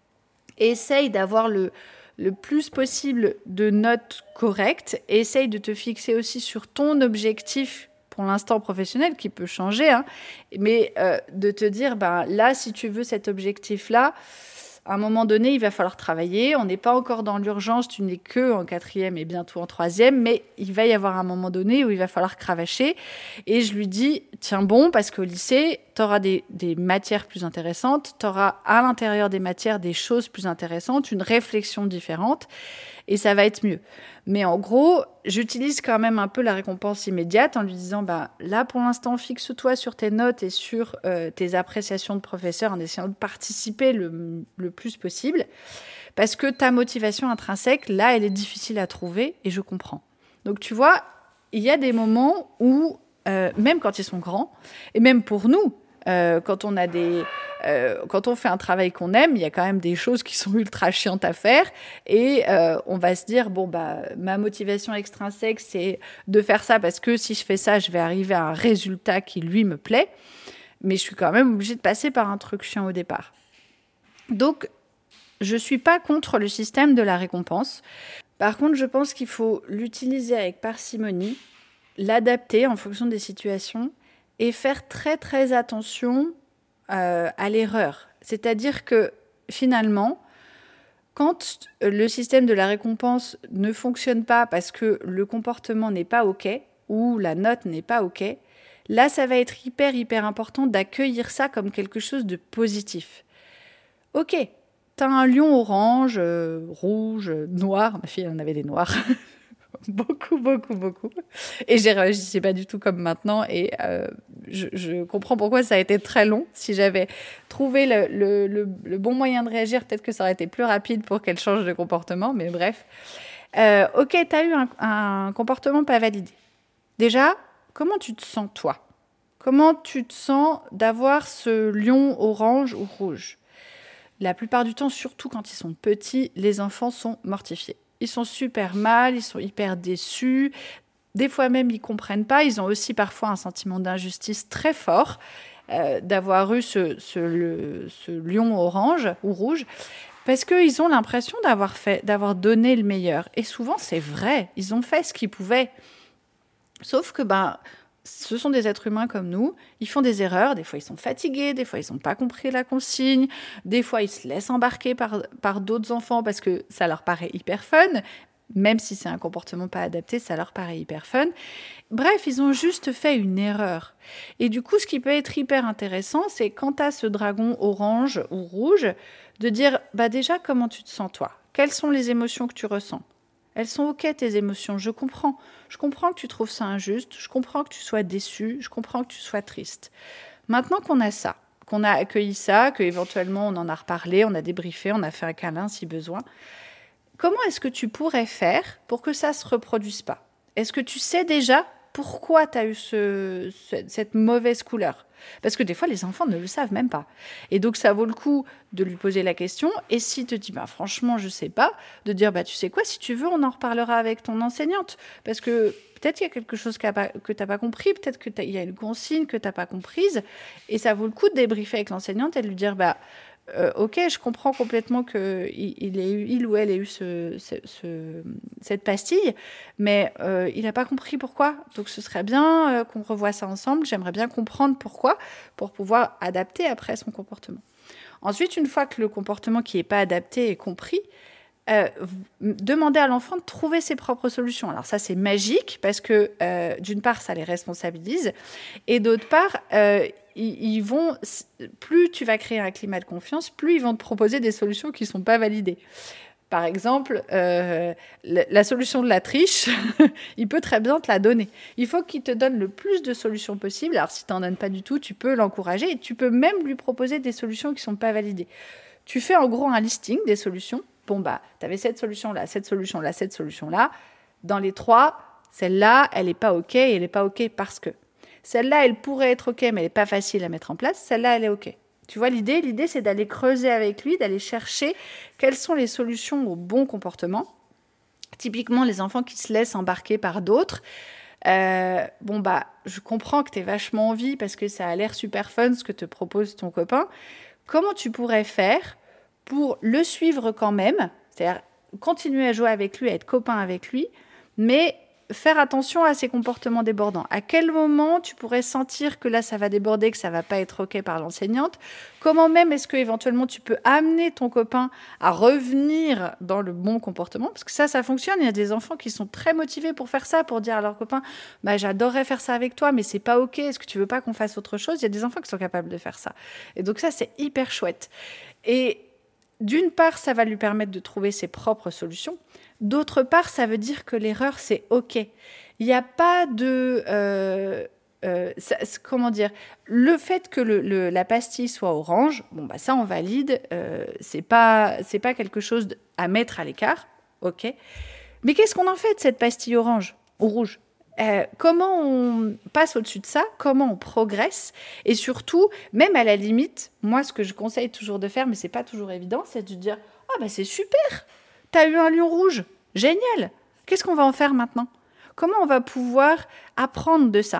Essaye d'avoir le, le plus possible de notes correctes. Essaye de te fixer aussi sur ton objectif, pour l'instant professionnel, qui peut changer, hein, mais euh, de te dire, ben, là, si tu veux cet objectif-là, à un moment donné, il va falloir travailler. On n'est pas encore dans l'urgence, tu n'es que en quatrième et bientôt en troisième, mais il va y avoir un moment donné où il va falloir cravacher. Et je lui dis, tiens bon, parce qu'au lycée, tu auras des, des matières plus intéressantes, tu auras à l'intérieur des matières des choses plus intéressantes, une réflexion différente, et ça va être mieux. Mais en gros, j'utilise quand même un peu la récompense immédiate en lui disant, bah, là pour l'instant, fixe-toi sur tes notes et sur euh, tes appréciations de professeur en essayant de participer le, le plus possible. Parce que ta motivation intrinsèque, là, elle est difficile à trouver et je comprends. Donc tu vois, il y a des moments où, euh, même quand ils sont grands, et même pour nous, euh, quand on a des... Euh, quand on fait un travail qu'on aime, il y a quand même des choses qui sont ultra chiantes à faire et euh, on va se dire, bon, bah, ma motivation extrinsèque, c'est de faire ça parce que si je fais ça, je vais arriver à un résultat qui, lui, me plaît. Mais je suis quand même obligée de passer par un truc chiant au départ. Donc, je ne suis pas contre le système de la récompense. Par contre, je pense qu'il faut l'utiliser avec parcimonie, l'adapter en fonction des situations et faire très, très attention Euh, à l'erreur. C'est-à-dire que finalement, quand le système de la récompense ne fonctionne pas parce que le comportement n'est pas OK ou la note n'est pas OK, là, ça va être hyper, hyper important d'accueillir ça comme quelque chose de positif. OK, t'as un lion orange, euh, rouge, noir. Ma fille, elle en avait des noirs. Beaucoup, beaucoup, beaucoup. Et j'y réagissais pas du tout comme maintenant. Et euh, je, je comprends pourquoi ça a été très long. Si j'avais trouvé le, le, le, le bon moyen de réagir, peut-être que ça aurait été plus rapide pour qu'elle change de comportement. Mais bref. Euh, ok, tu as eu un, un comportement pas validé. Déjà, comment tu te sens, toi ? Comment tu te sens d'avoir ce lion orange ou rouge ? La plupart du temps, surtout quand ils sont petits, les enfants sont mortifiés. Ils sont super mal, ils sont hyper déçus. Des fois même, ils ne comprennent pas. Ils ont aussi parfois un sentiment d'injustice très fort euh, d'avoir eu ce, ce, le, ce lion orange ou rouge parce qu'ils ont l'impression d'avoir, fait, d'avoir donné le meilleur. Et souvent, c'est vrai. Ils ont fait ce qu'ils pouvaient. Sauf que ben, ce sont des êtres humains comme nous. Ils font des erreurs. Des fois, ils sont fatigués. Des fois, ils n'ont pas compris la consigne. Des fois, ils se laissent embarquer par, par d'autres enfants parce que ça leur paraît hyper fun. Même si c'est un comportement pas adapté, ça leur paraît hyper fun. Bref, ils ont juste fait une erreur. Et du coup, ce qui peut être hyper intéressant, c'est quand tu as ce dragon orange ou rouge, de dire, bah déjà, comment tu te sens toi ? Quelles sont les émotions que tu ressens ? Elles sont OK, tes émotions, je comprends. Je comprends que tu trouves ça injuste, je comprends que tu sois déçu, je comprends que tu sois triste. Maintenant qu'on a ça, qu'on a accueilli ça, qu'éventuellement on en a reparlé, on a débriefé, on a fait un câlin si besoin, comment est-ce que tu pourrais faire pour que ça ne se reproduise pas ? Est-ce que tu sais déjà pourquoi tu as eu ce, ce, cette mauvaise couleur ? Parce que des fois, les enfants ne le savent même pas. Et donc, ça vaut le coup de lui poser la question. Et s'il te dit, bah, franchement, je ne sais pas, de dire, bah, tu sais quoi, si tu veux, on en reparlera avec ton enseignante. Parce que peut-être qu'il y a quelque chose que tu n'as pas compris, peut-être qu'il y a une consigne que tu n'as pas comprise. Et ça vaut le coup de débriefer avec l'enseignante et de lui dire, bah, Euh, ok, je comprends complètement qu'il il ait eu, il ou elle ait eu ce, ce, ce, cette pastille, mais euh, il n'a pas compris pourquoi. Donc, ce serait bien euh, qu'on revoie ça ensemble. J'aimerais bien comprendre pourquoi, pour pouvoir adapter après son comportement. Ensuite, une fois que le comportement qui n'est pas adapté est compris, euh, demander à l'enfant de trouver ses propres solutions. Alors ça, c'est magique parce que, euh, d'une part, ça les responsabilise, et d'autre part, euh, ils vont, plus tu vas créer un climat de confiance, plus ils vont te proposer des solutions qui ne sont pas validées. Par exemple, euh, la, la solution de la triche, il peut très bien te la donner. Il faut qu'il te donne le plus de solutions possibles. Alors, si tu n'en donnes pas du tout, tu peux l'encourager et tu peux même lui proposer des solutions qui ne sont pas validées. Tu fais en gros un listing des solutions. Bon, bah, tu avais cette solution-là, cette solution-là, cette solution-là. Dans les trois, celle-là, elle n'est pas OK et elle n'est pas OK parce que. Celle-là, elle pourrait être OK, mais elle n'est pas facile à mettre en place. Celle-là, elle est OK. Tu vois, l'idée, l'idée, c'est d'aller creuser avec lui, d'aller chercher quelles sont les solutions au bon comportement. Typiquement, les enfants qui se laissent embarquer par d'autres. Euh, bon, bah, je comprends que tu aies vachement envie parce que ça a l'air super fun ce que te propose ton copain. Comment tu pourrais faire pour le suivre quand même, c'est-à-dire continuer à jouer avec lui, à être copain avec lui, mais faire attention à ses comportements débordants. À quel moment tu pourrais sentir que là, ça va déborder, que ça ne va pas être OK par l'enseignante? Comment même est-ce que éventuellement tu peux amener ton copain à revenir dans le bon comportement? Parce que ça, ça fonctionne. Il y a des enfants qui sont très motivés pour faire ça, pour dire à leur copain bah, « j'adorerais faire ça avec toi, mais c'est pas OK. Est-ce que tu veux pas qu'on fasse autre chose ?» Il y a des enfants qui sont capables de faire ça. Et donc ça, c'est hyper chouette. Et d'une part, ça va lui permettre de trouver ses propres solutions. D'autre part, ça veut dire que l'erreur, c'est OK. Il n'y a pas de... Euh, euh, ça, comment dire? Le fait que le, le, la pastille soit orange, bon, bah ça, on valide. Euh, c'est pas, c'est pas quelque chose à mettre à l'écart. OK. Mais qu'est-ce qu'on en fait de cette pastille orange ou rouge? Euh, comment on passe au-dessus de ça? Comment on progresse? Et surtout, même à la limite, moi, ce que je conseille toujours de faire, mais c'est pas toujours évident, c'est de dire « Ah, bah c'est super! T'as eu un lion rouge, génial. Qu'est-ce qu'on va en faire maintenant? Comment on va pouvoir apprendre de ça ?»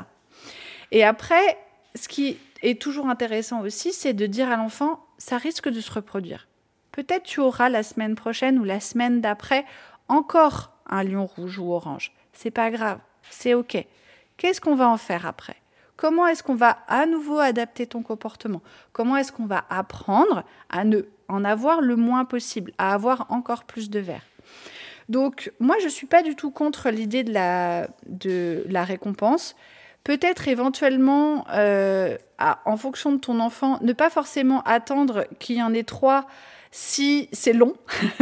Et après, ce qui est toujours intéressant aussi, c'est de dire à l'enfant, ça risque de se reproduire. Peut-être tu auras la semaine prochaine ou la semaine d'après encore un lion rouge ou orange. C'est pas grave, c'est OK. Qu'est-ce qu'on va en faire après? Comment est-ce qu'on va à nouveau adapter ton comportement? Comment est-ce qu'on va apprendre à ne en avoir le moins possible, à avoir encore plus de vert? Donc, moi, je ne suis pas du tout contre l'idée de la, de la récompense. Peut-être éventuellement, euh, à, en fonction de ton enfant, ne pas forcément attendre qu'il y en ait trois si c'est long.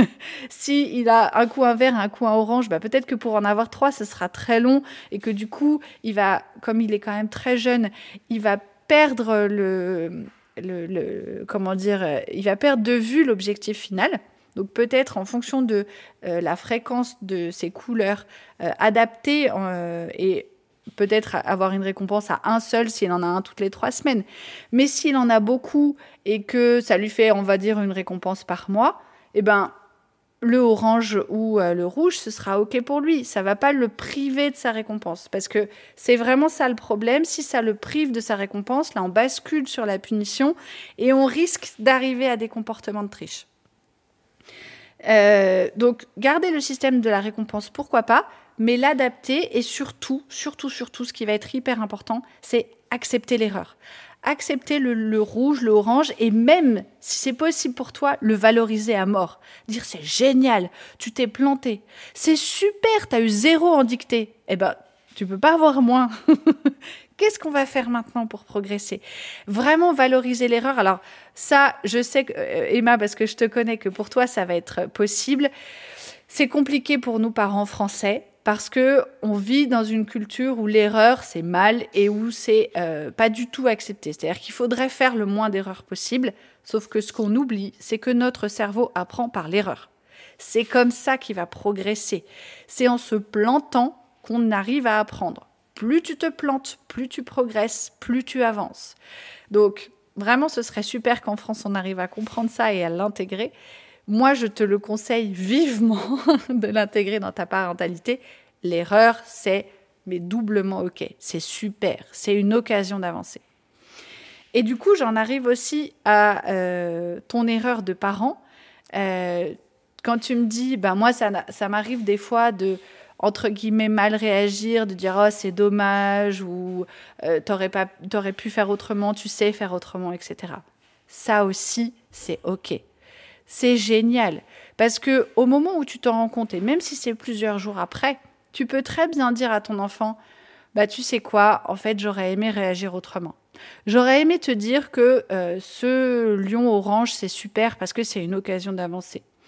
Si il a un coup un vert et un coup un orange, bah peut-être que pour en avoir trois, ce sera très long et que du coup, il va, comme il est quand même très jeune, il va perdre le, le, le comment dire, il va perdre de vue l'objectif final. Donc peut-être en fonction de euh, la fréquence de ses couleurs, euh, adapter euh, et peut-être avoir une récompense à un seul s'il en a un toutes les trois semaines. Mais s'il en a beaucoup et que ça lui fait, on va dire, une récompense par mois, eh ben, le orange ou euh, le rouge, ce sera OK pour lui. Ça ne va pas le priver de sa récompense. Parce que c'est vraiment ça le problème. Si ça le prive de sa récompense, là, on bascule sur la punition et on risque d'arriver à des comportements de triche. Euh, donc, garder le système de la récompense, pourquoi pas, mais l'adapter et surtout, surtout, surtout, ce qui va être hyper important, c'est accepter l'erreur. Accepter le, le rouge, le orange et même, si c'est possible pour toi, le valoriser à mort. Dire c'est génial, tu t'es planté, c'est super, tu as eu zéro en dictée. Eh ben, tu peux pas avoir moins. Qu'est-ce qu'on va faire maintenant pour progresser? Vraiment valoriser l'erreur. Alors ça, je sais que, euh, Emma, parce que je te connais, que pour toi, ça va être possible. C'est compliqué pour nous, parents français, parce qu'on vit dans une culture où l'erreur, c'est mal et où c'est euh, pas du tout accepté. C'est-à-dire qu'il faudrait faire le moins d'erreurs possible, sauf que ce qu'on oublie, c'est que notre cerveau apprend par l'erreur. C'est comme ça qu'il va progresser. C'est en se plantant qu'on arrive à apprendre. Plus tu te plantes, plus tu progresses, plus tu avances. Donc, vraiment, ce serait super qu'en France, on arrive à comprendre ça et à l'intégrer. Moi, je te le conseille vivement de l'intégrer dans ta parentalité. L'erreur, c'est mais doublement OK. C'est super. C'est une occasion d'avancer. Et du coup, j'en arrive aussi à euh, ton erreur de parent. Euh, quand tu me dis, ben moi, ça, ça m'arrive des fois de, entre guillemets, mal réagir, de dire « Oh, c'est dommage » ou euh, « T'aurais pas, t'aurais pu faire autrement, tu sais faire autrement, et cetera » Ça aussi, c'est OK. C'est génial, parce qu'au moment où tu t'en rends compte, et même si c'est plusieurs jours après, tu peux très bien dire à ton enfant bah, « Tu sais quoi, en fait, j'aurais aimé réagir autrement. J'aurais aimé te dire que euh, ce lion orange, c'est super parce que c'est une occasion d'avancer.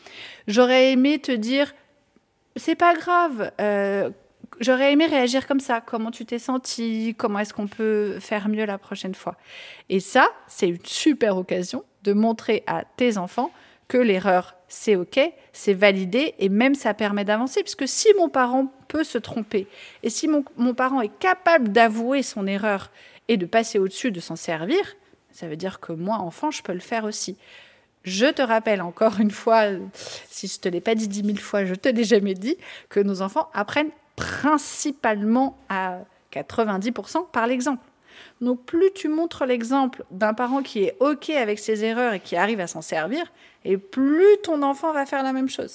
J'aurais aimé te dire, c'est pas grave, euh, j'aurais aimé réagir comme ça. Comment tu t'es senti? Comment est-ce qu'on peut faire mieux la prochaine fois? Et ça, c'est une super occasion de montrer à tes enfants que l'erreur, c'est OK, c'est validé et même ça permet d'avancer. Puisque si mon parent peut se tromper et si mon, mon parent est capable d'avouer son erreur et de passer au-dessus, de s'en servir, ça veut dire que moi, enfant, je peux le faire aussi. Je te rappelle encore une fois, si je ne te l'ai pas dit dix mille fois, je ne te l'ai jamais dit, que nos enfants apprennent principalement à quatre-vingt-dix pour cent par l'exemple. Donc plus tu montres l'exemple d'un parent qui est OK avec ses erreurs et qui arrive à s'en servir, et plus ton enfant va faire la même chose.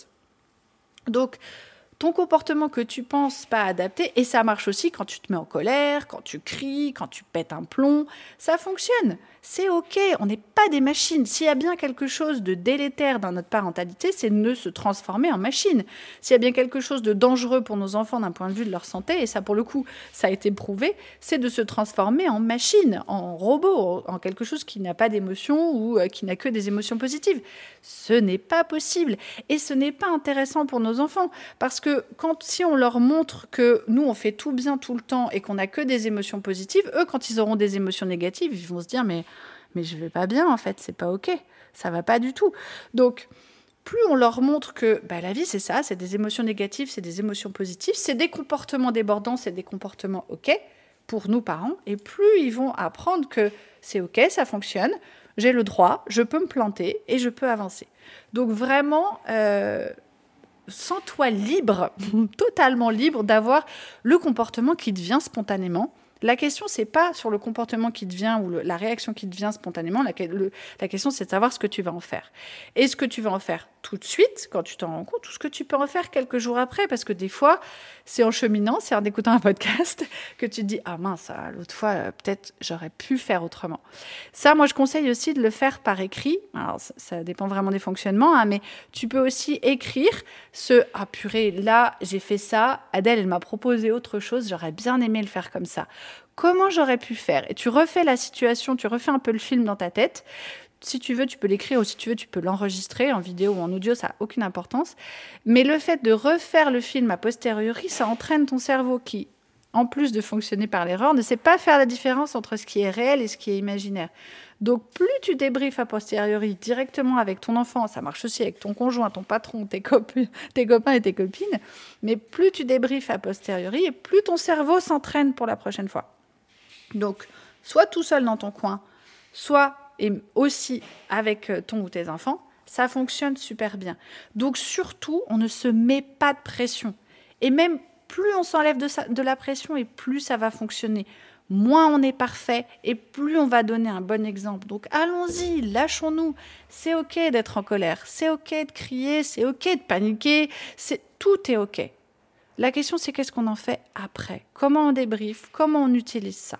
Donc ton comportement que tu penses pas adapté, et ça marche aussi quand tu te mets en colère, quand tu cries, quand tu pètes un plomb, ça fonctionne. C'est OK, on n'est pas des machines. S'il y a bien quelque chose de délétère dans notre parentalité, c'est de se transformer en machine. S'il y a bien quelque chose de dangereux pour nos enfants d'un point de vue de leur santé, et ça pour le coup, ça a été prouvé, c'est de se transformer en machine, en robot, en quelque chose qui n'a pas d'émotion ou qui n'a que des émotions positives. Ce n'est pas possible et ce n'est pas intéressant pour nos enfants parce que quand, si on leur montre que nous, on fait tout bien tout le temps et qu'on n'a que des émotions positives, eux, quand ils auront des émotions négatives, ils vont se dire « mais mais je vais pas bien en fait, c'est pas OK, ça va pas du tout ». Donc, plus on leur montre que bah, la vie c'est ça, c'est des émotions négatives, c'est des émotions positives, c'est des comportements débordants, c'est des comportements OK pour nous parents, et plus ils vont apprendre que c'est OK, ça fonctionne, j'ai le droit, je peux me planter et je peux avancer. Donc vraiment, euh, sens-toi libre, totalement libre d'avoir le comportement qui te vient spontanément. La question, c'est pas sur le comportement qui te vient ou le, la réaction qui te vient spontanément. La, le, la question, c'est de savoir ce que tu vas en faire. Et ce que tu vas en faire tout de suite, quand tu t'en rends compte, ou ce que tu peux en faire quelques jours après. Parce que des fois, c'est en cheminant, c'est en écoutant un podcast que tu te dis « Ah mince, l'autre fois, euh, peut-être j'aurais pu faire autrement ». Ça, moi, je conseille aussi de le faire par écrit. Alors, ça, ça dépend vraiment des fonctionnements, hein, mais tu peux aussi écrire ce « Ah purée, là, j'ai fait ça. Adèle, elle m'a proposé autre chose. J'aurais bien aimé le faire comme ça. » Comment j'aurais pu faire? Et tu refais la situation, tu refais un peu le film dans ta tête. Si tu veux, tu peux l'écrire ou si tu veux, tu peux l'enregistrer en vidéo ou en audio, ça n'a aucune importance. Mais le fait de refaire le film a posteriori, ça entraîne ton cerveau qui, en plus de fonctionner par l'erreur, ne sait pas faire la différence entre ce qui est réel et ce qui est imaginaire. Donc, plus tu débriefes a posteriori directement avec ton enfant, ça marche aussi avec ton conjoint, ton patron, tes, copi- tes copains et tes copines, mais plus tu débriefes a posteriori et plus ton cerveau s'entraîne pour la prochaine fois. Donc, soit tout seul dans ton coin, soit et aussi avec ton ou tes enfants, ça fonctionne super bien. Donc, surtout, on ne se met pas de pression. Et même plus on s'enlève de, sa, de la pression et plus ça va fonctionner. Moins on est parfait et plus on va donner un bon exemple. Donc, allons-y, lâchons-nous. C'est OK d'être en colère, c'est OK de crier, c'est OK de paniquer, c'est, tout est OK. La question, c'est qu'est-ce qu'on en fait après? Comment on débriefe? Comment on utilise ça?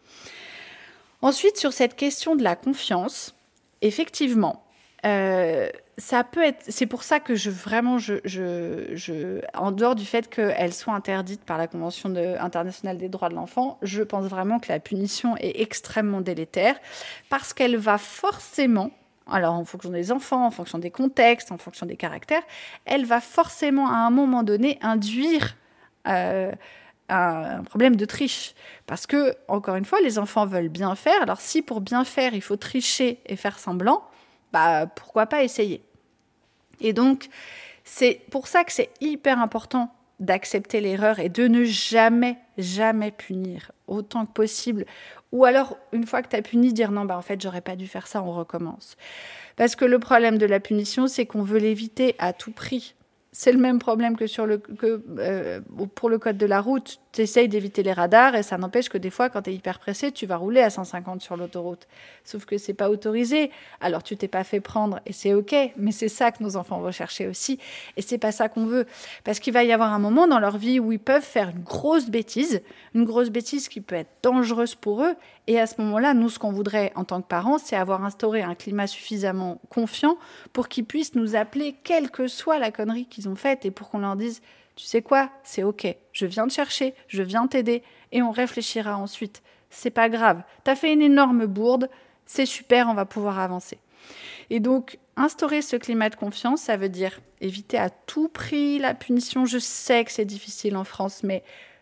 Ensuite, sur cette question de la confiance, effectivement, euh, ça peut être. C'est pour ça que je vraiment, je, je, je, en dehors du fait qu'elle soit interdite par la Convention de, internationale des droits de l'enfant, je pense vraiment que la punition est extrêmement délétère parce qu'elle va forcément, alors en fonction des enfants, en fonction des contextes, en fonction des caractères, elle va forcément à un moment donné induire euh, un problème de triche. Parce que, encore une fois, les enfants veulent bien faire. Alors, si pour bien faire, il faut tricher et faire semblant, bah, pourquoi pas essayer? Et donc, c'est pour ça que c'est hyper important d'accepter l'erreur et de ne jamais, jamais punir autant que possible. Ou alors, une fois que tu as puni, dire non, bah, en fait, j'aurais pas dû faire ça, on recommence. Parce que le problème de la punition, c'est qu'on veut l'éviter à tout prix. C'est le même problème que, sur le, que euh, pour le code de la route. Tu essayes d'éviter les radars et ça n'empêche que des fois, quand tu es hyper pressé, tu vas rouler à cent cinquante sur l'autoroute. Sauf que c'est pas autorisé. Alors, tu t'es pas fait prendre et c'est OK. Mais c'est ça que nos enfants vont chercher aussi. Et c'est pas ça qu'on veut. Parce qu'il va y avoir un moment dans leur vie où ils peuvent faire une grosse bêtise. Une grosse bêtise qui peut être dangereuse pour eux. Et à ce moment-là, nous, ce qu'on voudrait en tant que parents, c'est avoir instauré un climat suffisamment confiant pour qu'ils puissent nous appeler, quelle que soit la connerie qu'ils ont faite, et pour qu'on leur dise, tu sais quoi, c'est OK, je viens te chercher, je viens t'aider, et on réfléchira ensuite. C'est pas grave, t'as fait une énorme bourde, c'est super, on va pouvoir avancer. Et donc, instaurer ce climat de confiance, ça veut dire éviter à tout prix la punition. Je sais que c'est difficile en France, mais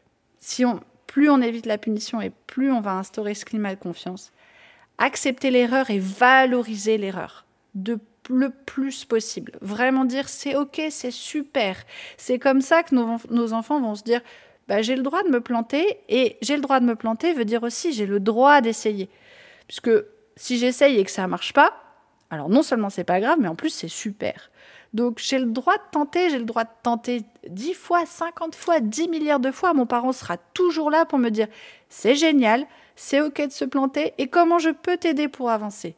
si on, plus on évite la punition et plus on va instaurer ce climat de confiance. Accepter l'erreur et valoriser l'erreur de le plus possible. Vraiment dire c'est ok, c'est super. C'est comme ça que nos, nos enfants vont se dire bah, j'ai le droit de me planter, et j'ai le droit de me planter veut dire aussi j'ai le droit d'essayer. Puisque si j'essaye et que ça ne marche pas, alors non seulement c'est pas grave, mais en plus c'est super. Donc j'ai le droit de tenter, j'ai le droit de tenter dix fois, cinquante fois, dix milliards de fois. Mon parent sera toujours là pour me dire c'est génial, c'est ok de se planter, et comment je peux t'aider pour avancer.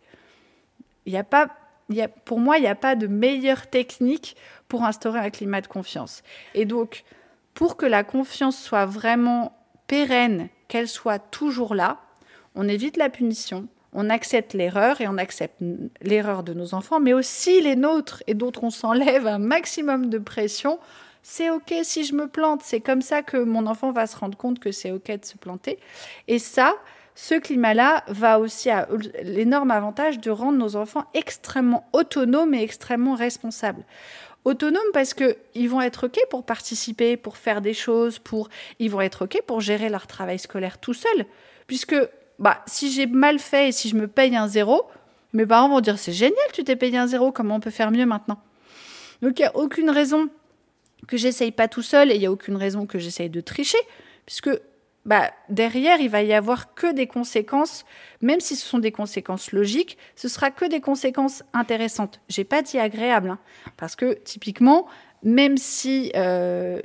Il y a pas, il y a, pour moi, il n'y a pas de meilleure technique pour instaurer un climat de confiance. Et donc, pour que la confiance soit vraiment pérenne, qu'elle soit toujours là, on évite la punition. On accepte l'erreur et on accepte l'erreur de nos enfants, mais aussi les nôtres, et d'autres on s'enlève un maximum de pression. C'est ok si je me plante, c'est comme ça que mon enfant va se rendre compte que c'est ok de se planter. Et ça, ce climat-là va aussi à l'énorme avantage de rendre nos enfants extrêmement autonomes et extrêmement responsables. Autonomes parce qu'ils vont être ok pour participer, pour faire des choses, pour... ils vont être ok pour gérer leur travail scolaire tout seuls, puisque bah, si j'ai mal fait et si je me paye un zéro, mes parents vont dire « c'est génial, tu t'es payé un zéro, comment on peut faire mieux maintenant ?» Donc il n'y a aucune raison que j'essaye pas tout seul, et il n'y a aucune raison que j'essaye de tricher, puisque bah, derrière, il va y avoir que des conséquences, même si ce sont des conséquences logiques, ce sera que des conséquences intéressantes. J'ai pas dit agréable, hein, parce que typiquement, même si... Euh,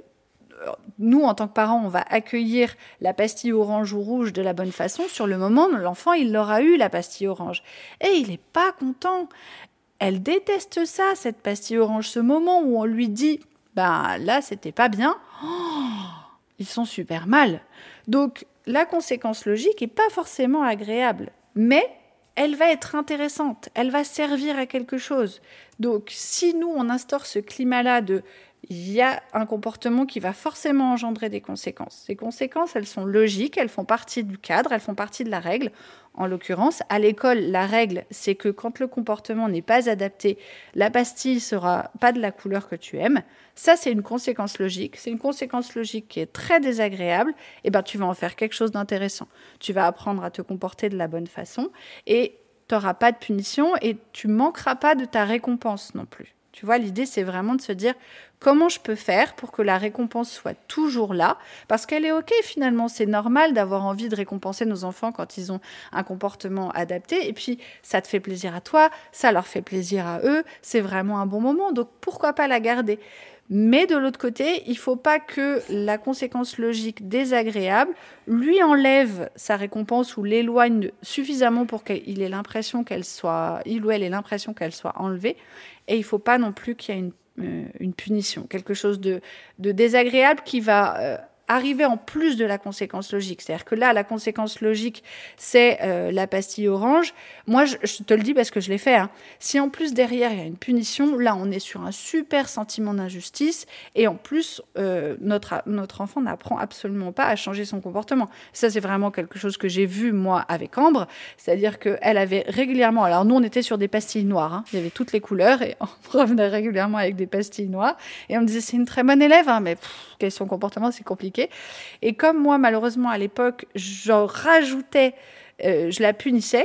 nous, en tant que parents, on va accueillir la pastille orange ou rouge de la bonne façon. Sur le moment, l'enfant, il l'aura eu, la pastille orange. Et il n'est pas content. Elle déteste ça, cette pastille orange. Ce moment où on lui dit, ben là, c'était pas bien. Oh, ils sont super mal. Donc, la conséquence logique n'est pas forcément agréable. Mais elle va être intéressante. Elle va servir à quelque chose. Donc, si nous, on instaure ce climat-là de... il y a un comportement qui va forcément engendrer des conséquences. Ces conséquences, elles sont logiques, elles font partie du cadre, elles font partie de la règle. En l'occurrence, à l'école, la règle, c'est que quand le comportement n'est pas adapté, la pastille ne sera pas de la couleur que tu aimes. Ça, c'est une conséquence logique. C'est une conséquence logique qui est très désagréable. Et ben, tu vas en faire quelque chose d'intéressant. Tu vas apprendre à te comporter de la bonne façon et tu n'auras pas de punition et tu ne manqueras pas de ta récompense non plus. Tu vois, l'idée, c'est vraiment de se dire comment je peux faire pour que la récompense soit toujours là, parce qu'elle est ok finalement. C'est normal d'avoir envie de récompenser nos enfants quand ils ont un comportement adapté. Et puis, ça te fait plaisir à toi, ça leur fait plaisir à eux. C'est vraiment un bon moment. Donc, pourquoi pas la garder ? Mais de l'autre côté, il ne faut pas que la conséquence logique désagréable lui enlève sa récompense ou l'éloigne suffisamment pour qu'il ait l'impression qu'elle soit, il ou elle ait l'impression qu'elle soit enlevée. Et il ne faut pas non plus qu'il y ait une, euh, une punition, quelque chose de, de désagréable qui va euh, arriver en plus de la conséquence logique. C'est-à-dire que là, la conséquence logique, c'est euh, la pastille orange. Moi, je, je te le dis parce que je l'ai fait. Hein. Si en plus, derrière, il y a une punition, là, on est sur un super sentiment d'injustice. Et en plus, euh, notre, notre enfant n'apprend absolument pas à changer son comportement. Ça, c'est vraiment quelque chose que j'ai vu, moi, avec Ambre. C'est-à-dire qu'elle avait régulièrement... Alors, nous, on était sur des pastilles noires. Hein. Il y avait toutes les couleurs. Et Ambre venait régulièrement avec des pastilles noires. Et on me disait, c'est une très bonne élève, hein, mais pff, quel est son comportement, c'est compliqué. Et comme moi, malheureusement, à l'époque, j'en rajoutais, euh, je la punissais,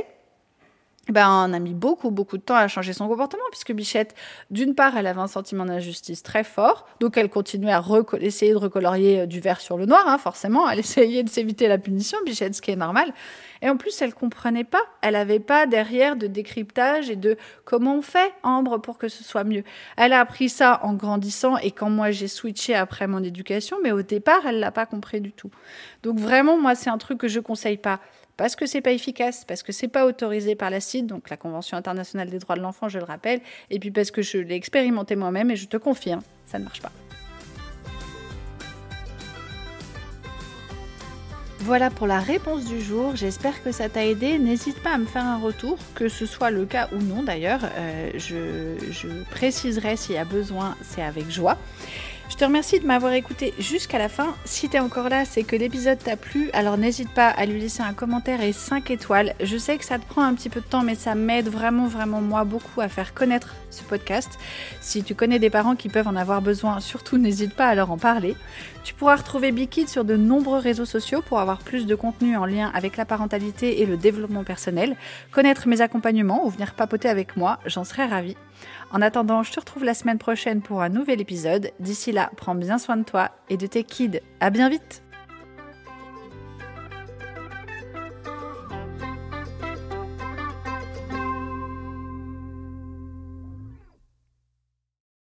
ben, on a mis beaucoup, beaucoup de temps à changer son comportement, puisque Bichette, d'une part, elle avait un sentiment d'injustice très fort, donc elle continuait à reco- essayer de recolorier du vert sur le noir, hein, forcément, elle essayait de s'éviter la punition, Bichette, ce qui est normal. Et en plus, elle ne comprenait pas, elle n'avait pas derrière de décryptage et de comment on fait, Ambre, pour que ce soit mieux. Elle a appris ça en grandissant et quand moi j'ai switché après mon éducation, mais au départ, elle ne l'a pas compris du tout. Donc vraiment, moi, c'est un truc que je ne conseille pas. Parce que c'est pas efficace, parce que c'est pas autorisé par la C I D, donc la Convention internationale des droits de l'enfant, je le rappelle, et puis parce que je l'ai expérimenté moi-même et je te confirme, ça ne marche pas. Voilà pour la réponse du jour, j'espère que ça t'a aidé. N'hésite pas à me faire un retour, que ce soit le cas ou non d'ailleurs, euh, je, je préciserai s'il y a besoin, c'est avec joie. Je te remercie de m'avoir écouté jusqu'à la fin. Si t'es encore là, c'est que l'épisode t'a plu, alors n'hésite pas à lui laisser un commentaire et cinq étoiles. Je sais que ça te prend un petit peu de temps, mais ça m'aide vraiment, vraiment, moi, beaucoup à faire connaître ce podcast. Si tu connais des parents qui peuvent en avoir besoin, surtout n'hésite pas à leur en parler. Tu pourras retrouver Bikid sur de nombreux réseaux sociaux pour avoir plus de contenu en lien avec la parentalité et le développement personnel, connaître mes accompagnements ou venir papoter avec moi, j'en serais ravie. En attendant, je te retrouve la semaine prochaine pour un nouvel épisode. D'ici là, prends bien soin de toi et de tes kids. À bien vite!